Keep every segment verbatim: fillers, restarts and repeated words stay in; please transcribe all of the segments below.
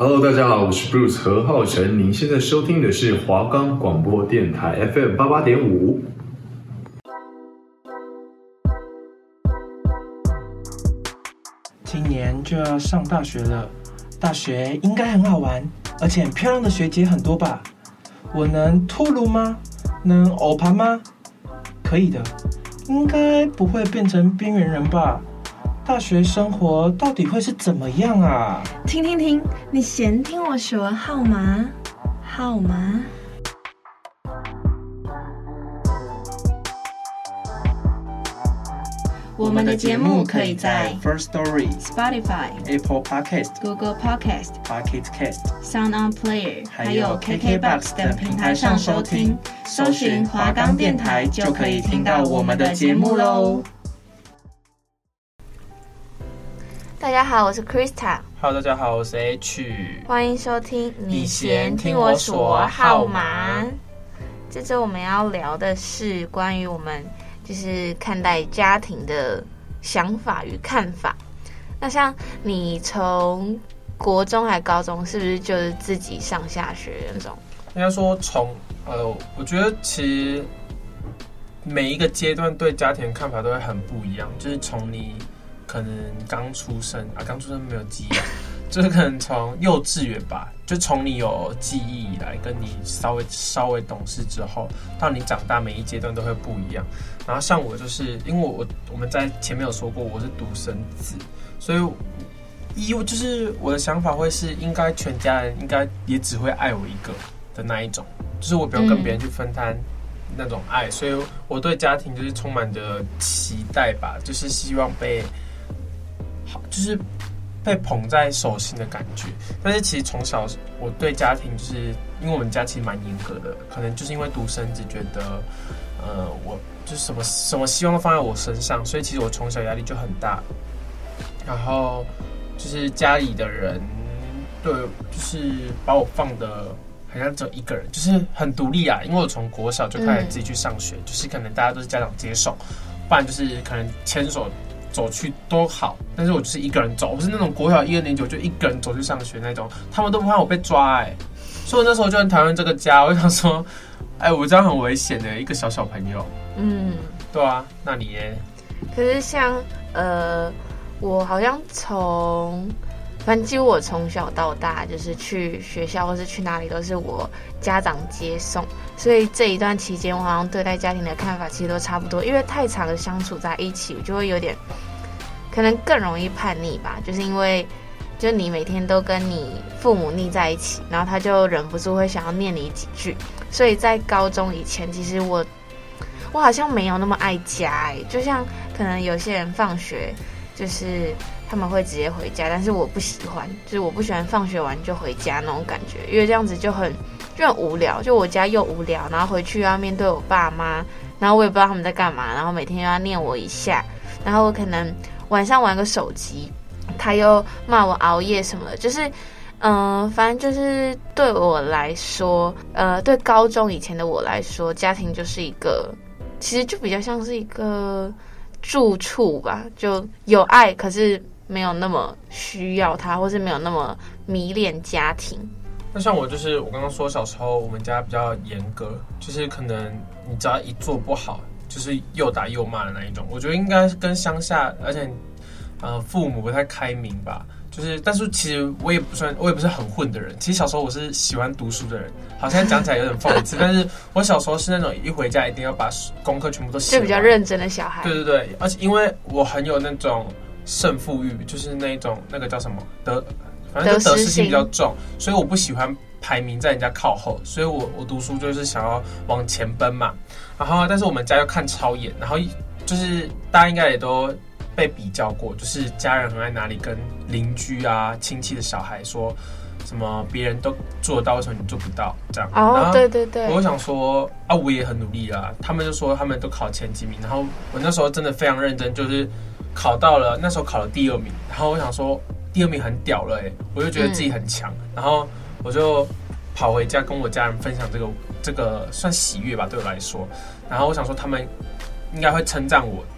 Hello， 大家好，我是 Bruce 何浩晨，您现在收听的是华冈广播电台 F M 八八点五。 今年就要上大学了，大学应该很好玩，而且漂亮的学姐很多吧？我能脱炉吗？能偶盘吗？可以的，应该不会变成边缘人吧？大学生活到底会是怎么样啊？ 停停停，你先听我说好吗？好吗？我们的节目可以在 First Story、Spotify、Apple Podcast、Google Podcast、Pocket Cast、Sound On Player， 还有 K K Box 等平台上收听，搜寻华冈电台就可以听到我们的节目喽。 大家好，我是 Krista。Hello， 大家好，我是 H。 欢迎收听你先听我说好吗？这周我们要聊的是关于我们就是看待家庭的想法与看法。那像你从国中还高中，是不是就是自己上下学那种？ 应该说从呃，我觉得其实每一个阶段对家庭的看法都会很不一样，就是从你可能刚出生啊，刚出生没有记忆，就是可能从幼稚园吧，就从你有记忆以来，跟你稍微稍微懂事之后，到你长大，每一阶段都会不一样。然后像我就是因为我我们在前面有说过，我是独生子，所以一就是我的想法会是，应该全家人应该也只会爱我一个的那一种，就是我不用跟别人去分摊那种爱，嗯、所以我对家庭就是充满着期待吧，就是希望被。就是被捧在手心的感觉，但是其实从小我对家庭就是因为我们家其实蛮严格的，可能就是因为独生子觉得，呃，我就是什么什么希望都放在我身上，所以其实我从小压力就很大。然后就是家里的人对，就是把我放的好像只有一个人，就是很独立啊。因为我从国小就开始自己去上学，嗯、就是可能大家都是家长接送，不然就是可能牵手。走去都好，但是我就是一个人走，我是那种国小一二年级我就一个人走去上学那种，他们都不怕我被抓哎、欸，所以我那时候就很讨厌这个家，我就想说，哎，我这样很危险的一个小小朋友，嗯，对啊，那你耶？ 可是像呃，我好像从，反正几乎我从小到大就是去学校或是去哪里都是我家长接送。所以这一段期间，我好像对待家庭的看法其实都差不多，因为太长的相处在一起，我就会有点可能更容易叛逆吧，就是因为就你每天都跟你父母腻在一起，然后他就忍不住会想要念你几句。所以在高中以前，其实我我好像没有那么爱家哎、欸，就像可能有些人放学就是他们会直接回家，但是我不喜欢，就是我不喜欢放学完就回家那种感觉，因为这样子就很。就很无聊，就我家又无聊，然后回去又要面对我爸妈，然后我也不知道他们在干嘛，然后每天又要念我一下，然后我可能晚上玩个手机，他又骂我熬夜什么的，就是嗯、呃，反正就是对我来说，呃，对高中以前的我来说，家庭就是一个，其实就比较像是一个住处吧，就有爱，可是没有那么需要他，或是没有那么迷恋家庭。 那像我就是我刚刚说小时候我们家比较严格，就是可能你只要一做不好，就是又打又骂的那一种。我觉得应该是跟乡下，而且呃父母不太开明吧。就是，但是其实我也不算，我也不是很混的人。其实小时候我是喜欢读书的人，好像讲起来有点讽刺，但是我小时候是那种一回家一定要把功课全部都写完， 就比较认真的小孩。 对对对，而且因为我很有那种胜负欲，就是那种那个叫什么得。反正就得失心比较重，所以我不喜欢排名在人家靠后，所以我我读书就是想要往前奔嘛。然后，但是我们家又看超严，然后就是大家应该也都被比较过，就是家人很爱哪里跟邻居啊、亲戚的小孩说什么别人都做得到，为什么你做不到？这样。 哦，对对对。 我想说啊，我也很努力啦。他们就说他们都考前几名，然后我那时候真的非常认真，就是考到了，那时候考了第二名，然后我想说。第二名很屌了哎、欸，我就觉得自己很强、嗯，然后我就跑回家跟我家人分享这个这个算喜悦吧，对我来说。然后我想说他们应该会称赞我，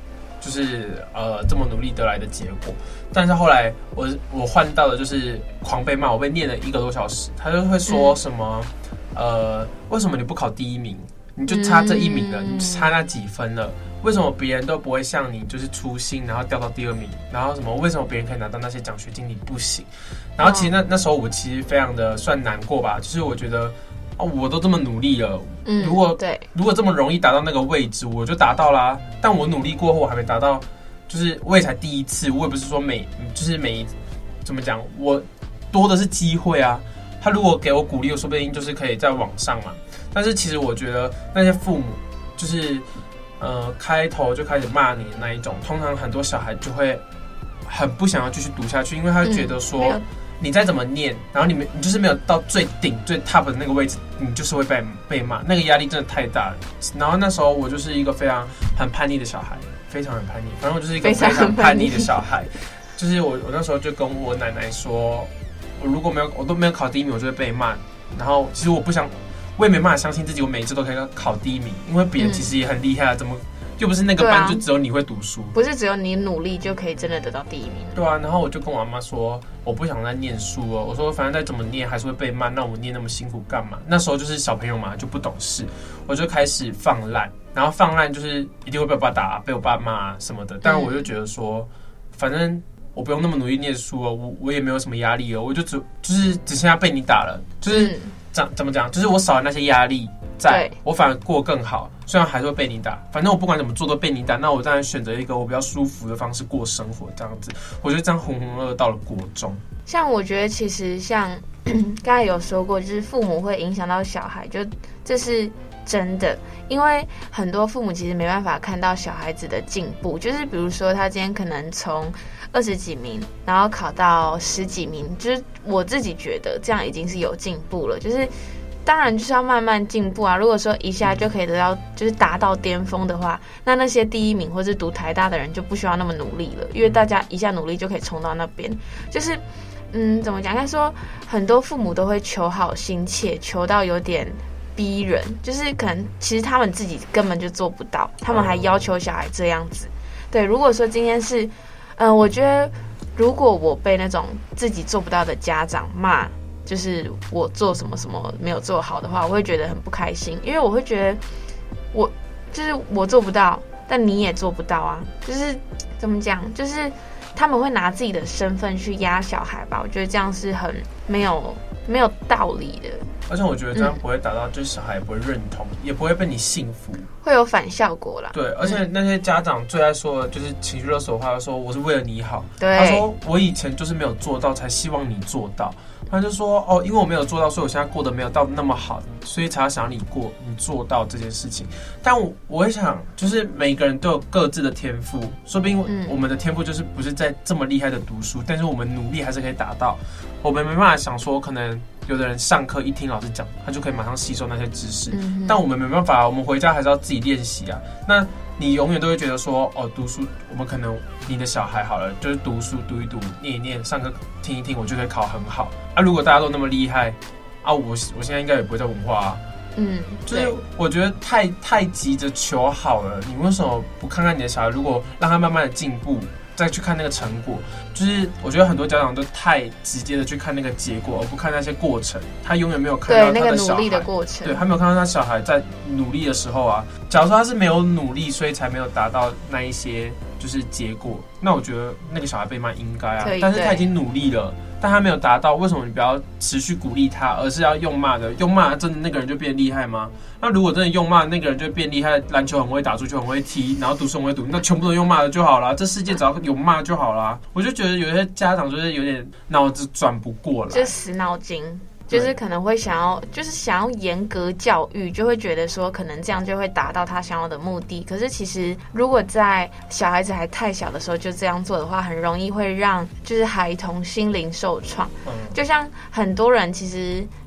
就是呃这么努力得来的结果。但是后来我我换到的就是狂被骂，我被念了一个多小时，他就会说什么、嗯、呃为什么你不考第一名？你就差这一名了，嗯、你差那几分了？为什么别人都不会像你就是粗心，然后掉到第二名？然后什么？为什么别人可以拿到那些奖学金，你不行？然后其实那、哦、那时候我其实非常的算难过吧，就是我觉得哦，我都这么努力了，嗯，如果对，如果这么容易达到那个位置，我就达到啦。但我努力过后，我还没达到，就是我也才第一次，我也不是说每就是每怎么讲，我多的是机会啊。他如果给我鼓励，我说不定就是可以再往上嘛。但是其实我觉得那些父母就是。呃，开头就开始骂你的那一种，通常很多小孩就会很不想要继续读下去，因为他会觉得说，嗯、你再怎么念，然后你们你就是没有到最顶最 top 的那个位置，你就是会被被骂，那个压力真的太大了。然后那时候我就是一个非常很叛逆的小孩，非常很叛逆，反正我就是一个非常叛逆的小孩。就是我我那时候就跟我奶奶说，我如果没有我都没有考第一名，我就会被骂。然后其实我不想。我也没办法相信自己，我每一次都可以考第一名，因为别人其实也很厉害啊，怎么又不是那个班就只有你会读书？ 不是只有你努力就可以真的得到第一名？ 对啊，然后我就跟我妈说，我不想再念书哦，我说反正再怎么念还是会被骂，那我念那么辛苦干嘛？那时候就是小朋友嘛，就不懂事，我就开始放烂，然后放烂就是一定会被我爸打、被我爸骂什么的，但我就觉得说，反正我不用那么努力念书哦，我我也没有什么压力哦，我就只就是只剩下被你打了，就是。嗯怎怎么讲？就是我少了那些压力，在我反而过更好。虽然还是会被你打，反正我不管怎么做都被你打，那我当然选择一个我比较舒服的方式过生活，这样子。我觉得这样浑浑噩噩到了国中。 像我觉得其实像刚才有说过，就是父母会影响到小孩，就这是真的，因为很多父母其实没办法看到小孩子的进步，就是比如说他今天可能从二十几名，然后考到十几名，就是我自己觉得这样已经是有进步了。就是当然就是要慢慢进步啊。如果说一下就可以得到，就是达到巅峰的话，那那些第一名或是读台大的人就不需要那么努力了，因为大家一下努力就可以冲到那边。就是嗯，怎么讲？应该说很多父母都会求好心切，求到有点逼人，就是可能其实他们自己根本就做不到，他们还要求小孩这样子。对，如果说今天是。嗯、呃，我觉得如果我被那种自己做不到的家长骂，就是我做什么什么没有做好的话，我会觉得很不开心，因为我会觉得我就是我做不到，但你也做不到啊。就是怎么讲，就是他们会拿自己的身份去压小孩吧，我觉得这样是很没有没有道理的。 而且我觉得这样不会达到，就是小孩也不会认同，嗯、也不会被你信服， 会有反效果啦。 对，而且那些家长最爱说的就是情绪勒索的话，说我是为了你好。 对， 他说我以前就是没有做到，才希望你做到。他就说哦，因为我没有做到，所以我现在过得没有到那么好，所以才要想你过，你做到这件事情。但我我会想，就是每个人都有各自的天赋，说不定我们的天赋就是不是在这么厉害的读书，但是我们努力还是可以达到。我们没办法想说，可能有的人上课一听老师讲，他就可以马上吸收那些知识，嗯、但我们没办法，我们回家还是要自己练习啊。那你永远都会觉得说，哦，读书，我们可能你的小孩好了，就是读书读一读，念一念，上课听一听，我就可以考很好啊。如果大家都那么厉害啊，我我现在应该也不会在文化啊。嗯，就是我觉得太太急着求好了，你为什么不看看你的小孩？如果让他慢慢的进步，再去看那个成果，就是我觉得很多家长都太直接的去看那个结果，而不看那些过程。他永远没有看到他的小孩， 对那个努力的过程， 对他没有看到他小孩在努力的时候啊。假如说他是没有努力，所以才没有达到那一些就是结果，那我觉得那个小孩被骂应该啊。但是他已经努力了，但他没有达到，为什么你不要持续鼓励他，而是要用骂的？用骂真的那个人就变厉害吗？那如果真的用骂那个人就变厉害，篮球很会打，足球很会踢，然后读书很会读，那全部都用骂的就好了。这世界只要有骂就好了。我就觉得有些家长就是有点脑子转不过来， 就死脑筋。就是可能会想要，就是想要严格教育，就会觉得说可能这样就会达到他想要的目的。可是其实如果在小孩子还太小的时候就这样做的话，很容易会让就是孩童心灵受创。嗯，就像很多人其实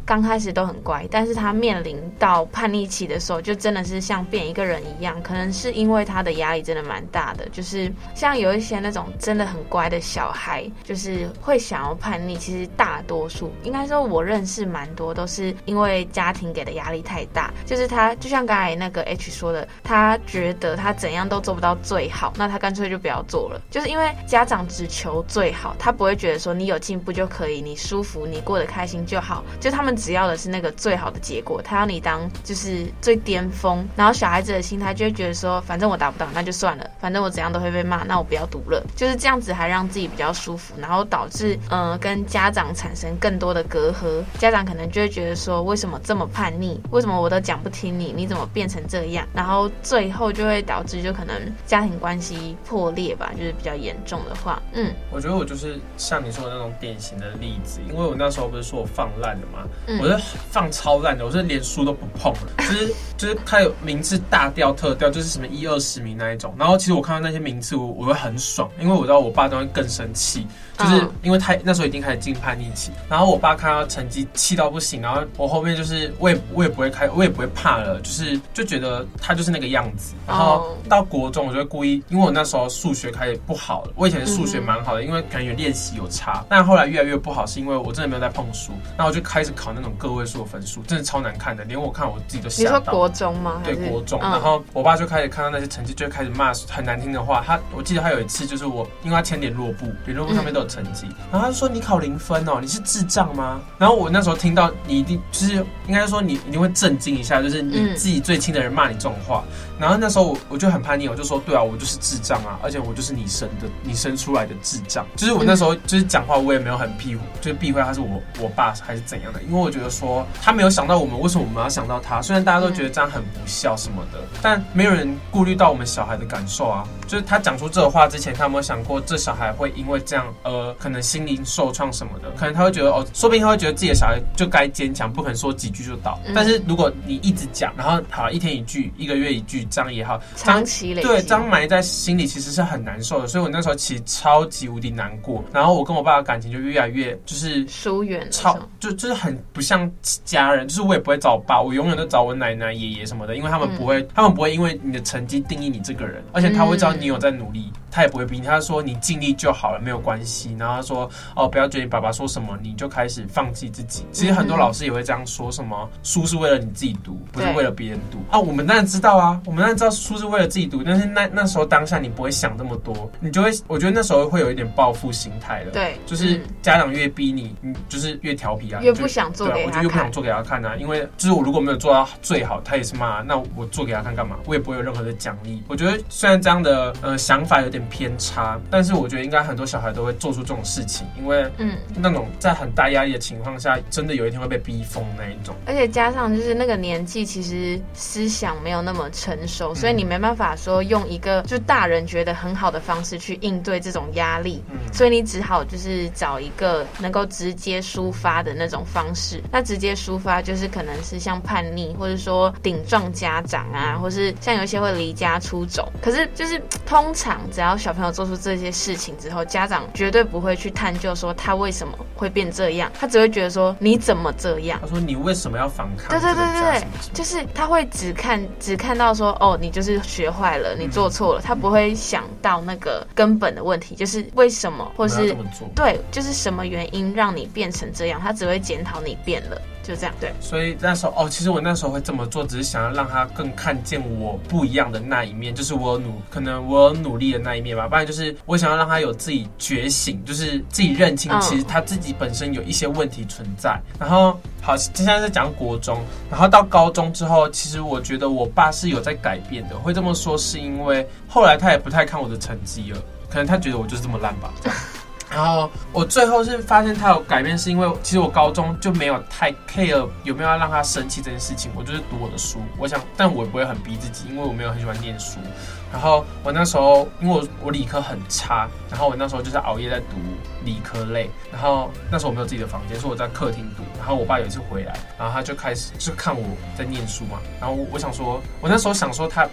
刚开始都很乖，但是他面临到叛逆期的时候，就真的是像变一个人一样。可能是因为他的压力真的蛮大的，就是像有一些那种真的很乖的小孩，就是会想要叛逆。其实大多数应该说，我认识蛮多都是因为家庭给的压力太大，就是他就像刚才那个 H 说的，他觉得他怎样都做不到最好，那他干脆就不要做了。就是因为家长只求最好，他不会觉得说你有进步就可以，你舒服，你过得开心就好。就他们只要的是那个最好的结果，他要你当就是最巅峰。然后小孩子的心态就会觉得说，反正我达不到那就算了，反正我怎样都会被骂，那我不要读了。就是这样子还让自己比较舒服，然后导致呃跟家长产生更多的隔阂。家长可能就会觉得说，为什么这么叛逆？为什么我都讲不听你？你怎么变成这样？然后最后就会导致就可能家庭关系破裂吧，就是比较严重的话，嗯， 我觉得我就是像你说的那种典型的例子，因为我那时候不是说我放烂了吗？嗯、我是放超烂的，我是连书都不碰了，就是就是它有名次大掉特掉，就是什么一二十名那一种。然后其实我看到那些名次，我我会很爽，因为我知道我爸都会更生气。就是因为他那时候已经开始进叛逆期，然后我爸看到成绩气到不行，然后我后面就是我也我也不会开，我也不会怕了，就是就觉得他就是那个样子。然后到国中，我就会故意，因为我那时候数学开始不好了，我以前数学蛮好的，因为可能有练习有差，但后来越来越不好，是因为我真的没有在碰书，然后我就开始考那种个位数的分数，真的超难看的，连我看我自己都吓到。 你说国中吗？ 对，国中。嗯、然后我爸就开始看到那些成绩，就会开始骂很难听的话。他我记得他有一次就是我，因为他签联络簿，联络簿上面都有成绩，嗯、然后他就说你考零分哦，你是智障吗？然后我那时候听到，你一定就是应该说你一定会震惊一下，就是你自己最亲的人骂你这种话。嗯、然后那时候我我就很叛逆，我就说对啊，我就是智障啊，而且我就是你生的，你生出来的智障。就是我那时候就是讲话，我也没有很避讳，就是避讳他是我我爸还是怎样的，因为我觉得说他没有想到我们，为什么我们要想到他？虽然大家都觉得这样很不孝什么的，但没有人顾虑到我们小孩的感受啊。就是他讲出这个话之前，他有没有想过这小孩会因为这样呃可能心灵受创什么的？可能他会觉得哦，说不定他会觉得自己的小孩就该坚强，不可能说几句就倒。嗯、但是如果你一直讲，然后好一天一句，一个月一句，这样也好， 长期累积， 对，这样埋在心里其实是很难受的。所以我那时候其实超级无敌难过，然后我跟我爸的感情就越来越就是疏远， 超就就是很不像家人。就是我也不会找我爸，我永远都找我奶奶、爷爷什么的，因为他们不会，嗯、他们不会因为你的成绩定义你这个人，而且他会知道你有在努力，他也不会逼你，他说你尽力就好了，没有关系。然后他说哦，不要觉得爸爸说什么你就开始放弃自己。其实很多老师也会这样说，什么书是为了你自己读，不是为了别人读啊。我们当然知道啊，我们当然知道书是为了自己读，但是那那时候当下你不会想这么多，你就会，我觉得那时候会有一点报复心态了。 对， 就是家长越逼你，你就是越调皮啊， 越不想做给他看。 我就越不想做给他看啊，因为就是我如果没有做到最好，他也是骂，那我做给他看干嘛？我也不会有任何的奖励。我觉得虽然这样的呃想法有点偏差，但是我觉得应该很多小孩都会做出这种事情，因为嗯，那种在很大压力的情况下，真的有一天会被逼疯那一种。 而且加上就是那个年纪，其实思想没有那么成熟，所以你没办法说用一个就大人觉得很好的方式去应对这种压力，嗯、所以你只好就是找一个能够直接抒发的那种方式。那直接抒发就是可能是像叛逆，或者说顶撞家长啊，或是像有一些会离家出走。可是就是通常只要小朋友做出这些事情之后，家长绝对不会去探究说他为什么会变这样，他只会觉得说你怎么这样？ 他说你为什么要反抗？ 对对对对对，就是他会只看只看到说哦，你就是学坏了，你做错了，嗯、他不会想到那个根本的问题，就是为什么，或是对，就是什么原因让你变成这样，他只会检讨你变了。就这样，对。 所以那时候哦，其实我那时候会这么做，只是想要让他更看见我不一样的那一面，就是我有努，可能我有努力的那一面吧。不然就是我想要让他有自己觉醒，就是自己认清，其实他自己本身有一些问题存在。然后好，现在是讲国中，然后到高中之后，其实我觉得我爸是有在改变的。会这么说是因为后来他也不太看我的成绩了，可能他觉得我就是这么烂吧，这样。然后我最后是发现他有改变，是因为其实我高中就没有太 care 有没有要让他生气这件事情，我就是读我的书。我想，但我也不会很逼自己，因为我没有很喜欢念书。然后我那时候，因为我我理科很差，然后我那时候就是熬夜在读理科类。然后那时候我没有自己的房间，所以我在客厅读。然后我爸有一次回来，然后他就开始就看我在念书嘛。然后我想说，我那时候想说他。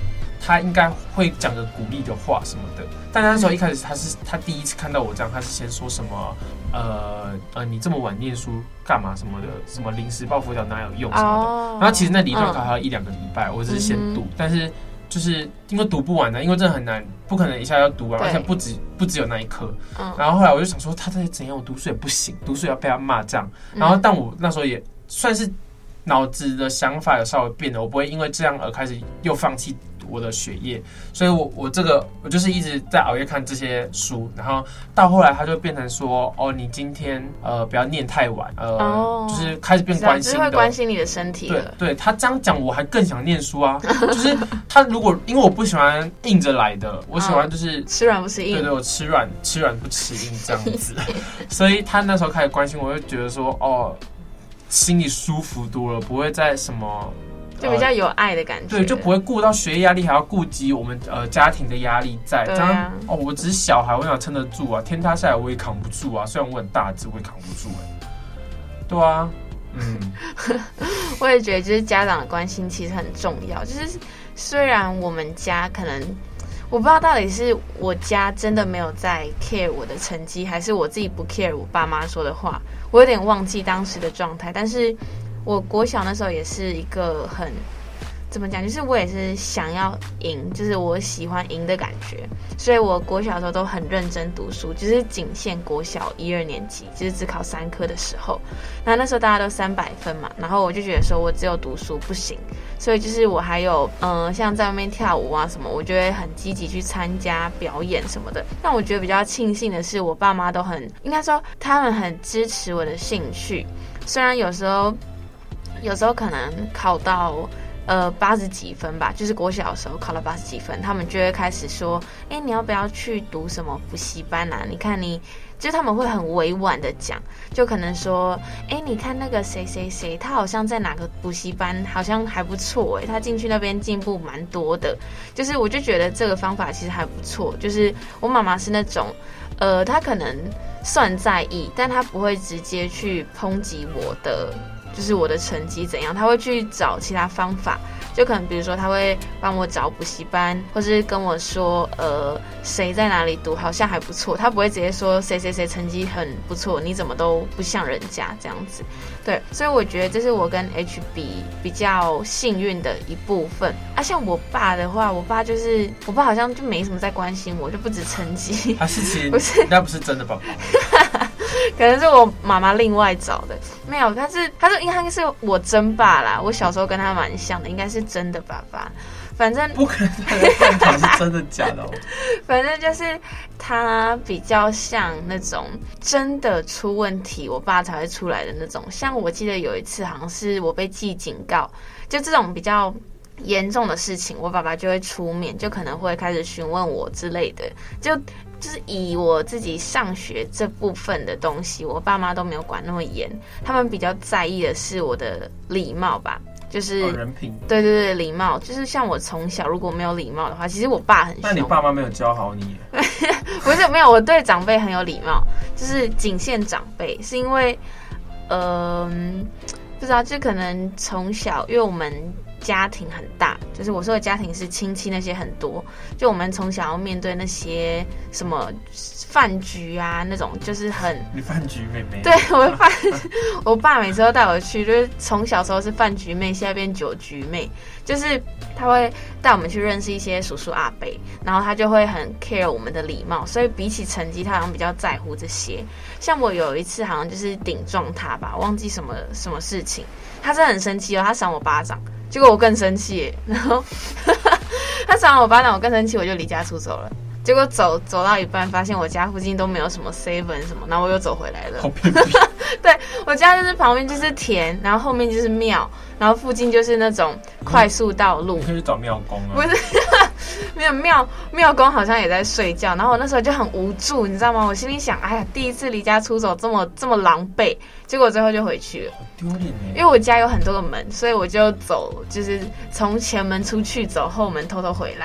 他应该会讲个鼓励的话什么的。但那时候一开始他是他第一次看到我这样，他是先说什么呃呃你这么晚念书干嘛什么的，什么临时抱佛脚哪有用什么的。哦、然后其实那理论考还有一两个礼拜，我只是先读，嗯、但是就是因为读不完的，因为真的很难，不可能一下要读完，而且不止不只有那一科。嗯、然后后来我就想说，他在怎样，我读书也不行，读书也要被他骂这样。然后但我那时候也算是脑子的想法有稍微变了，我不会因为这样而开始又放弃我的学业，所以我我这个我就是一直在熬夜看这些书，然后到后来他就变成说，哦，你今天呃不要念太晚，呃，哦、就是开始变关心的， 就是会关心你的身体了。 对，对他这样讲，我还更想念书啊。就是他如果因为我不喜欢硬着来的，我喜欢就是、 嗯、吃软不吃硬， 对对，我吃软吃软不吃硬这样子。所以他那时候开始关心我，就觉得说，哦，心里舒服多了，不会再什么。 就比较有爱的感觉， 对，就不会顾到学业压力，还要顾及我们呃家庭的压力在。 对啊， 这样哦，我只是小孩，我想撑得住啊，天塌下来我也扛不住啊。虽然我很大只，我也扛不住哎、欸。对啊，嗯， 我也觉得就是家长的关心其实很重要。就是虽然我们家可能我不知道到底是我家真的没有在 care 我的成绩，还是我自己不 care 我爸妈说的话，我有点忘记当时的状态，但是。我国小那时候也是一个很怎么讲，就是我也是想要赢，就是我喜欢赢的感觉，所以我国小的时候都很认真读书，就是仅限国小一二年级，就是只考三科的时候，那那时候大家都三百分嘛，然后我就觉得说我只有读书不行，所以就是我还有嗯、呃，像在外面跳舞啊什么，我就会很积极去参加表演什么的。但我觉得比较庆幸的是，我爸妈都很应该说他们很支持我的兴趣，虽然有时候。有时候可能考到呃八十几分吧，就是国小的时候考到八十几分，他们就会开始说，哎，你要不要去读什么补习班啊？你看你，就是他们会很委婉的讲，就可能说，哎，你看那个谁谁谁，他好像在哪个补习班好像还不错，哎，他进去那边进步蛮多的。就是我就觉得这个方法其实还不错，就是我妈妈是那种，呃，她可能算在意，但她不会直接去抨击我的。就是我的成绩怎样，他会去找其他方法，就可能比如说他会帮我找补习班，或是跟我说呃谁在哪里读好像还不错，他不会直接说谁谁谁成绩很不错，你怎么都不像人家这样子。对，所以我觉得这是我跟 H 比比较幸运的一部分啊。像我爸的话，我爸就是我爸好像就没什么在关心我，就不止成绩， 他是其实不是应该不是真的爸爸。 可能是我妈妈另外找的，没有，他是他是应该是我真爸啦。我小时候跟他蛮像的，应该是真的爸爸。反正不可能，他的探讨是真的假的、哦。 反正就是他比较像那种真的出问题，我爸才会出来的那种。像我记得有一次，好像是我被记警告，就这种比较严重的事情，我爸爸就会出面，就可能会开始询问我之类的，就。就是以我自己上学这部分的东西，我爸妈都没有管那么严，他们比较在意的是我的礼貌吧，就是、 哦、人品。 对对对，礼貌就是像我从小如果没有礼貌的话，其实我爸很凶。 那你爸妈没有教好你？ 不是没有，我对长辈很有礼貌，就是仅限长辈，是因为，嗯、呃，不知道，就可能从小因为我们。家庭很大，就是我说的家庭是亲戚那些很多，就我们从小要面对那些什么饭局啊那种，就是很你饭局妹妹， 对我饭，我爸每次都带我去，就是从小时候是饭局妹，现在变酒局妹，就是他会带我们去认识一些叔叔阿伯，然后他就会很 care 我们的礼貌，所以比起成绩，他好像比较在乎这些。像我有一次好像就是顶撞他吧，忘记什么什么事情，他真的很生气哦，他赏我巴掌。结果我更生气耶，然后他赏我巴掌，我更生气，我就离家出走了。结果走走到一半，发现我家附近都没有什么 seven 什么，然后我又走回来了。 好偏僻。 对，我家就是旁边就是田，然后后面就是庙，然后附近就是那种快速道路。 你可以去找庙公啊。 不是，没有庙庙公好像也在睡觉，然后我那时候就很无助，你知道吗？我心里想，哎呀，第一次离家出走这么这么狼狈，结果最后就回去了。 好丢脸耶！ 因为我家有很多个门，所以我就走，就是从前门出去，走后门偷偷回来。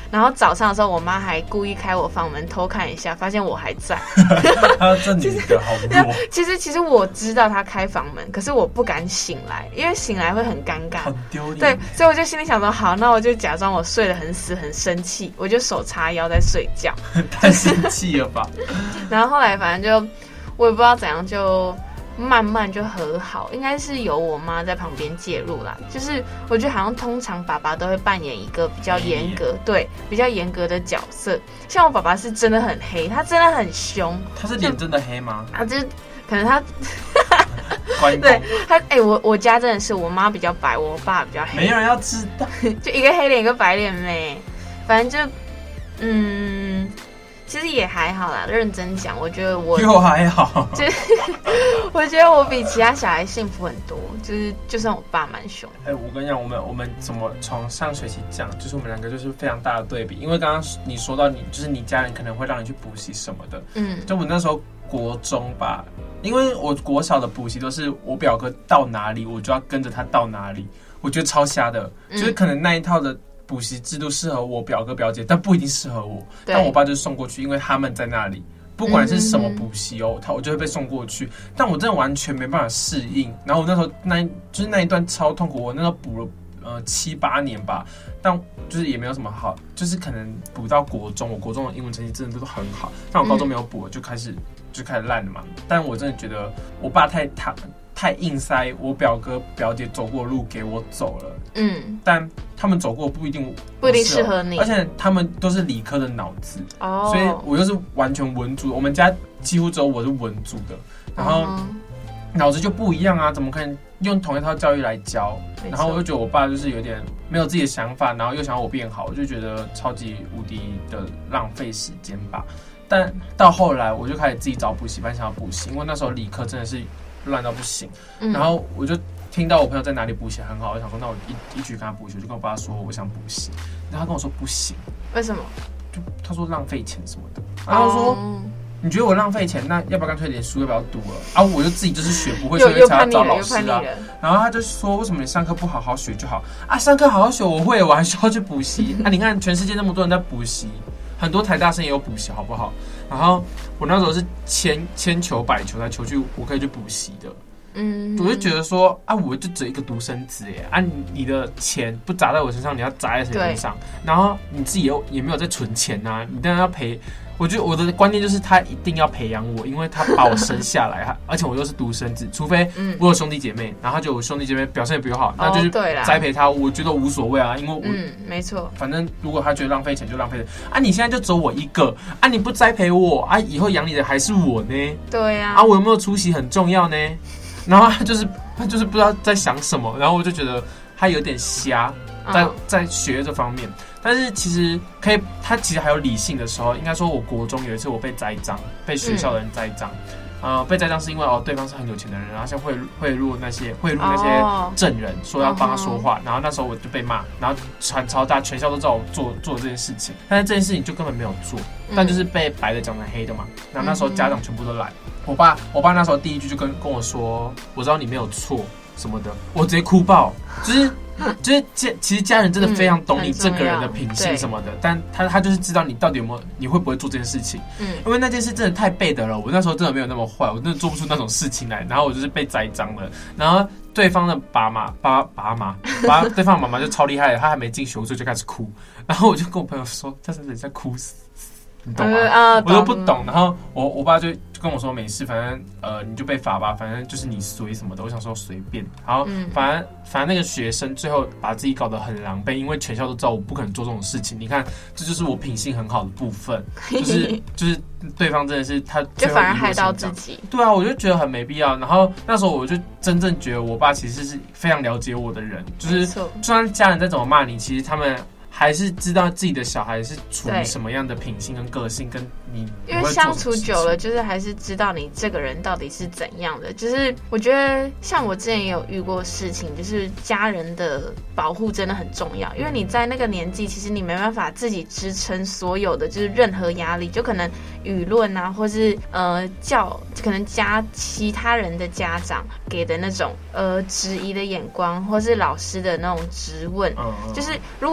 然后早上的时候，我妈还故意开我房门偷看一下，发现我还在。 这女的好弱。 其实其实我知道她开房门，可是我不敢醒来，因为醒来会很尴尬， 很丢脸。 对，所以我就心里想说，好，那我就假装我睡得很死，很生气，我就手叉腰在睡觉。 太生气了吧？ 然后后来反正就我也不知道怎样就。慢慢就和好，应该是由我妈在旁边介入啦。就是我觉得好像通常爸爸都会扮演一个比较严格，对，比较严格的角色。像我爸爸是真的很黑，他真的很凶。 他是脸真的黑吗？ 啊，就是可能他， 关对他，哎、欸，我我家真的是我妈比较白，我爸比较黑。 没有人要知道， 就一个黑脸一个白脸妹，反正就嗯。其实也还好啦，认真讲，我觉得我又还好， 就是我觉得我比其他小孩幸福很多。就是就算我爸蛮凶， 哎、欸，我跟你讲，我们我们怎么从上学期讲，就是我们两个就是非常大的对比。因为刚刚你说到你就是你家人可能会让你去补习什么的，嗯，就我那时候国中吧，因为我国小的补习都是我表哥到哪里，我就要跟着他到哪里，我觉得超瞎的，嗯、就是可能那一套的。补习制度适合我表哥表姐，但不一定适合我。但我爸就送过去，因为他们在那里，不管是什么补习哦，他我就会被送过去。但我真的完全没办法适应。然后我那时候那就是那一段超痛苦，我那时候补了呃七八年吧，但就是也没有什么好，就是可能补到国中，我国中的英文成绩真的都很好，但我高中没有补，就开始就开始烂了嘛。但我真的觉得我爸太他。太硬塞我表哥表姐走过的路给我走了，嗯，但他们走过不一定不一定适合你， 而且他们都是理科的脑子，哦，所以我又是完全文组，我们家几乎只有我是文组的，然后脑子就不一样啊，怎么可能用同一套教育来教？然后我就觉得我爸就是有点没有自己的想法，然后又想要我变好，我就觉得超级无敌的浪费时间吧。但到后来我就开始自己找补习班想要补习，因为那时候理科真的是。乱到不行，嗯、然后我就听到我朋友在哪里补习很好，我想说那我一一起跟他补习，我就跟我爸说我想补习，然后他跟我说不行， 为什么？ 就他说浪费钱什么的，然后说、哦、你觉得我浪费钱，那要不要干脆连书要不要读了？啊，我就自己就是学不会，所以才要找老师啊。然后他就说为什么你上课不好好学就好啊？上课好好学我会，我还需要去补习啊？你看全世界那么多人在补习，很多台大生也有补习，好不好？然后我那时候是千千求百求才求去，我可以去补习的。嗯，我就觉得说啊，我就只有一个独生子耶，啊，你的钱不砸在我身上，你要砸在谁身上？然后你自己又也没有在存钱啊，你当然要赔。我觉得我的观念就是他一定要培养我，因为他把我生下来，而且我又是独生子，除非我有兄弟姐妹，然后他就有兄弟姐妹表现也比我好，那就是栽培他，我觉得无所谓啊，因为我嗯没错， 反正如果他觉得浪费钱就浪费钱啊，你现在就只有我一个啊，你不栽培我啊，以后养你的还是我呢， 对啊， 啊我有没有出息很重要呢，然后他就是他就是不知道在想什么，然后我就觉得他有点瞎，在在学这方面。但是其实可以，他其实还有理性的时候。应该说，我国中有一次我被栽赃，被学校的人栽赃。嗯、呃，被栽赃是因为哦，对方是很有钱的人，然后像贿贿赂那些贿赂那些证人，说要帮他说话。然后那时候我就被骂，然后传超大，全校都知道我做做这件事情。但是这件事情就根本没有做，但就是被白的讲成黑的嘛。然后那时候家长全部都来，我爸我爸那时候第一句就跟跟我说，我知道你没有错什么的，我直接哭爆，就是。就是家，其实家人真的非常懂你这个人的品性什么的，嗯、但他他就是知道你到底有没有，你会不会做这件事情。嗯，因为那件事真的太背德了，我那时候真的没有那么坏，我真的做不出那种事情来，然后我就是被栽赃了，然后对方的爸妈爸爸妈，爸对方的妈妈就超厉害的，他还没进学就开始哭，然后我就跟我朋友说，他真的在哭死。你懂吗？呃呃、我都不懂，然后我我爸就就跟我说没事，反正呃你就被罚吧，反正就是你随什么的。我想说随便，然后反正、嗯、反正那个学生最后把自己搞得很狼狈，因为全校都知道我不可能做这种事情。你看，这就是我品性很好的部分，就是就是对方真的是他就反而害到自己。 对啊，我就觉得很没必要。然后那时候我就真正觉得我爸其实是非常了解我的人，就是就算家人再怎么骂你，其实他们。还是知道自己的小孩是处于什么样的品性跟个性，跟你因为相处久了，就是还是知道你这个人到底是怎样的。就是我觉得，像我之前也有遇过事情，就是家人的保护真的很重要。因为你在那个年纪，其实你没办法自己支撑所有的，就是任何压力，就可能舆论啊，或是呃教，可能家其他人的家长给的那种呃质疑的眼光，或是老师的那种质问，嗯、就是如果所有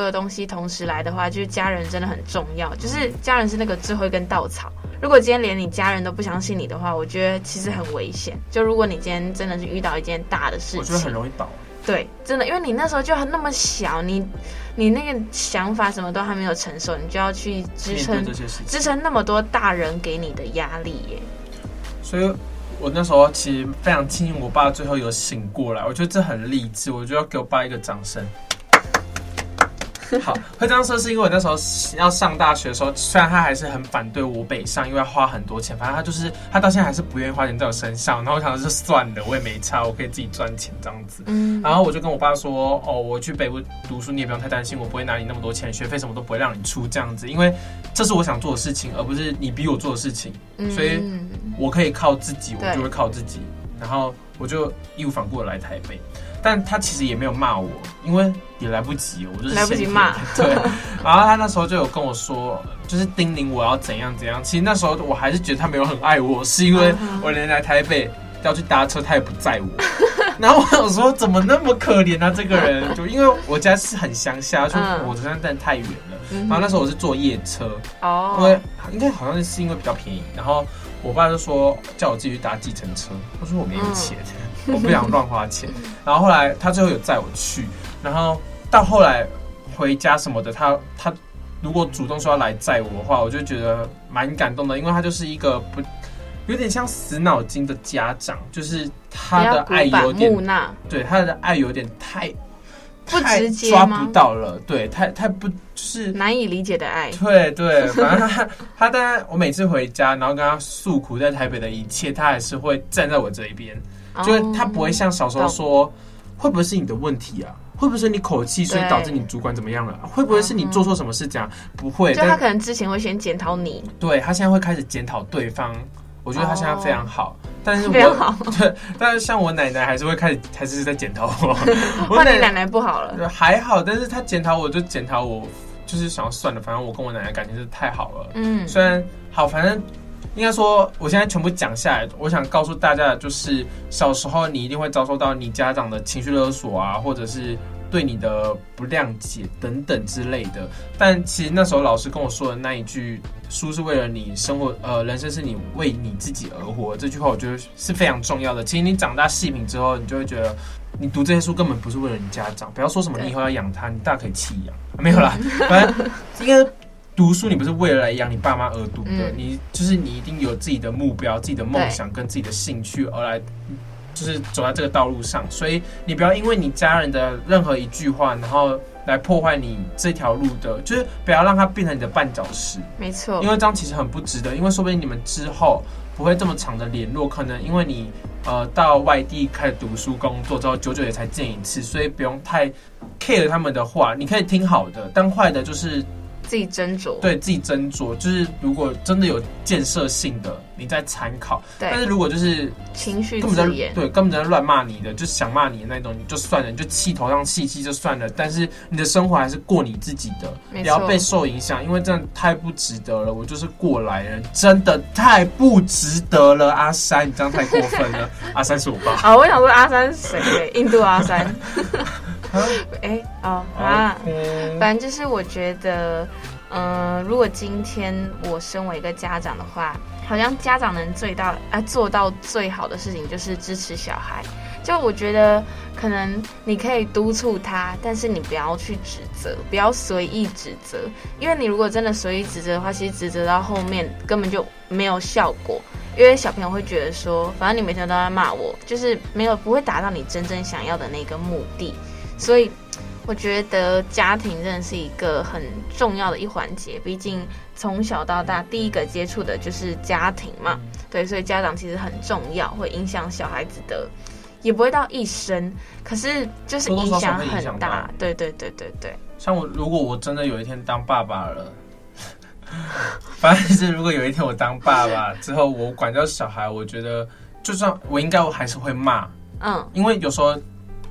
有东西同时来的话，就是家人真的很重要，就是家人是那个最后一根稻草。如果今天连你家人都不相信你的话，我觉得其实很危险。就如果你今天真的是遇到一件大的事情， 我觉得很容易倒。 对，真的，因为你那时候就很那么小，你你那个想法什么都还没有成熟，你就要去支撑支撑那么多大人给你的压力耶。 所以我那时候其实非常庆幸我爸最后有醒过来，我觉得这很励志，我就要给我爸一个掌声。好，会这样说是因为我那时候要上大学的时候，虽然他还是很反对我北上，因为要花很多钱，反正他就是他到现在还是不愿意花钱在我身上。然后我想说，算了，我也没差，我可以自己赚钱这样子。嗯，然后我就跟我爸说，哦，我去北部读书，你也不用太担心，我不会拿你那么多钱，学费什么都不会让你出这样子，因为这是我想做的事情，而不是你逼我做的事情。嗯，所以我可以靠自己，我就会靠自己。然后我就义无反顾的来台北。但他其实也没有骂我，因为也来不及，我就是来不及骂。 对，然后他那时候就有跟我说，就是叮咛我要怎样怎样。其实那时候我还是觉得他没有很爱我，是因为我连来台北要去搭车，他也不载我。然后我想说，怎么那么可怜啊？这个人，就因为我家是很乡下，就火车站但太远了。然后那时候我是坐夜车，哦，因为应该好像是因为比较便宜。然后我爸就说叫我自己去搭计程车，我说我没有钱。嗯我不想乱花钱，然后后来他最后有载我去，然后到后来回家什么的，他他如果主动说要来载我的话，我就觉得蛮感动的，因为他就是一个不有点像死脑筋的家长，就是他的爱有点对他的爱有点太不直接抓不到了，对，太太不就是难以理解的爱， 对对，反正他他当然我每次回家，然后跟他诉苦在台北的一切，他还是会站在我这一边。就是他不会像小时候说，会不会是你的问题啊？会不会是你口气，所以导致你主管怎么样了？会不会是你做错什么事这样？不会， 就他可能之前会先检讨你， 对他现在会开始检讨对方。我觉得他现在非常好，哦、但是我非常好， 对，但是像我奶奶还是会开始，还是在检讨我。 我你奶奶不好了， 还好，但是他检讨我就检讨我，就是想要算了，反正我跟我奶奶感情是太好了。嗯，虽然好，反正。应该说，我现在全部讲下来，我想告诉大家的就是，小时候你一定会遭受到你家长的情绪勒索啊，或者是对你的不谅解等等之类的。但其实那时候老师跟我说的那一句“书是为了你生活，呃，人生是你为你自己而活”这句话，我觉得是非常重要的。其实你长大细品之后，你就会觉得，你读这些书根本不是为了你家长，不要说什么你以后要养他，你大可以弃养，啊、没有啦，反正应该。读书你不是为了来养你爸妈而读的，嗯、你就是你一定有自己的目标、自己的梦想跟自己的兴趣而来，就是走在这个道路上。所以你不要因为你家人的任何一句话，然后来破坏你这条路的，就是不要让它变成你的绊脚石。 没错， 因为这样其实很不值得，因为说不定你们之后不会这么长的联络，可能因为你呃到外地开始读书工作之后，久久也才见一次，所以不用太 care 他们的话，你可以听好的，但坏的就是。 自己斟酌， 对自己斟酌，就是如果真的有建设性的，你再参考。但是如果就是情绪根本在对根本在乱骂你的，就是想骂你的那种，你就算了，你就气头上气气就算了。但是你的生活还是过你自己的，不要被受影响，因为真的太不值得了。我就是过来人，真的太不值得了。阿三，你这样太过分了。阿三是我爸。 啊、哦，我想说阿三是谁？印度阿三。哎、欸、哦啊， okay. 反正就是我觉得，嗯、呃，如果今天我身为一个家长的话，好像家长能最到啊做到最好的事情就是支持小孩。就我觉得，可能你可以督促他，但是你不要去指责，不要随意指责，因为你如果真的随意指责的话，其实指责到后面根本就没有效果。因为小朋友会觉得说，反正你每天都在骂我，就是没有不会达到你真正想要的那个目的。所以我觉得家庭真的是一个很重要的一环节，毕竟从小到大第一个接触的就是家庭嘛，对，所以家长其实很重要，会影响小孩子的，也不会到一生，可是就是影响很大，对对对对对。 像我，如果我真的有一天当爸爸了，反正是如果有一天我当爸爸之后，我管教小孩，我觉得就算我应该我还是会骂，嗯，因为有时候。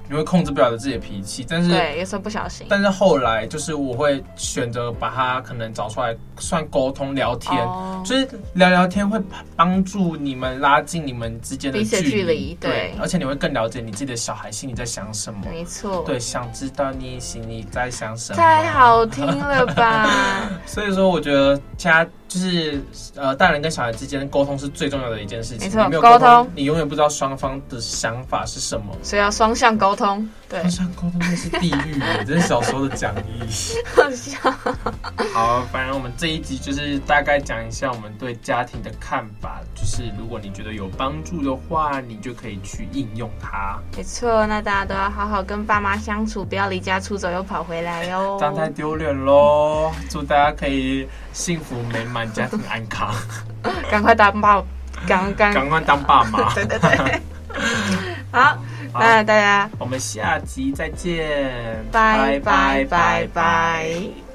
你会控制不了的自己的脾气，但是对，有时候不小心。 但是后来就是我会选择把它可能找出来，算沟通聊天，哦、就是聊聊天会帮助你们拉近你们之间的距离， 距离对, 对，而且你会更了解你自己的小孩心里在想什么。 没错， 对，想知道你心里在想什么。 太好听了吧！ 所以说，我觉得家就是呃，大人跟小孩之间的沟通是最重要的一件事情。 没错， 你没有沟通， 你永远不知道双方的想法是什么。 所以要双向沟通。对， 双向沟通那是地狱耶，这是小时候的讲义。 好笑。 好，反正我们这一集就是大概讲一下我们对家庭的看法，就是如果你觉得有帮助的话，你就可以去应用它。 没错，那大家都要好好跟爸妈相处，不要离家出走又跑回来哟， 这样太丢脸喽！祝大家可以幸福美满，家庭安康。 赶快当爸，赶赶赶快当爸妈。 对对对。好，那大家我们下集再见， 拜拜拜拜。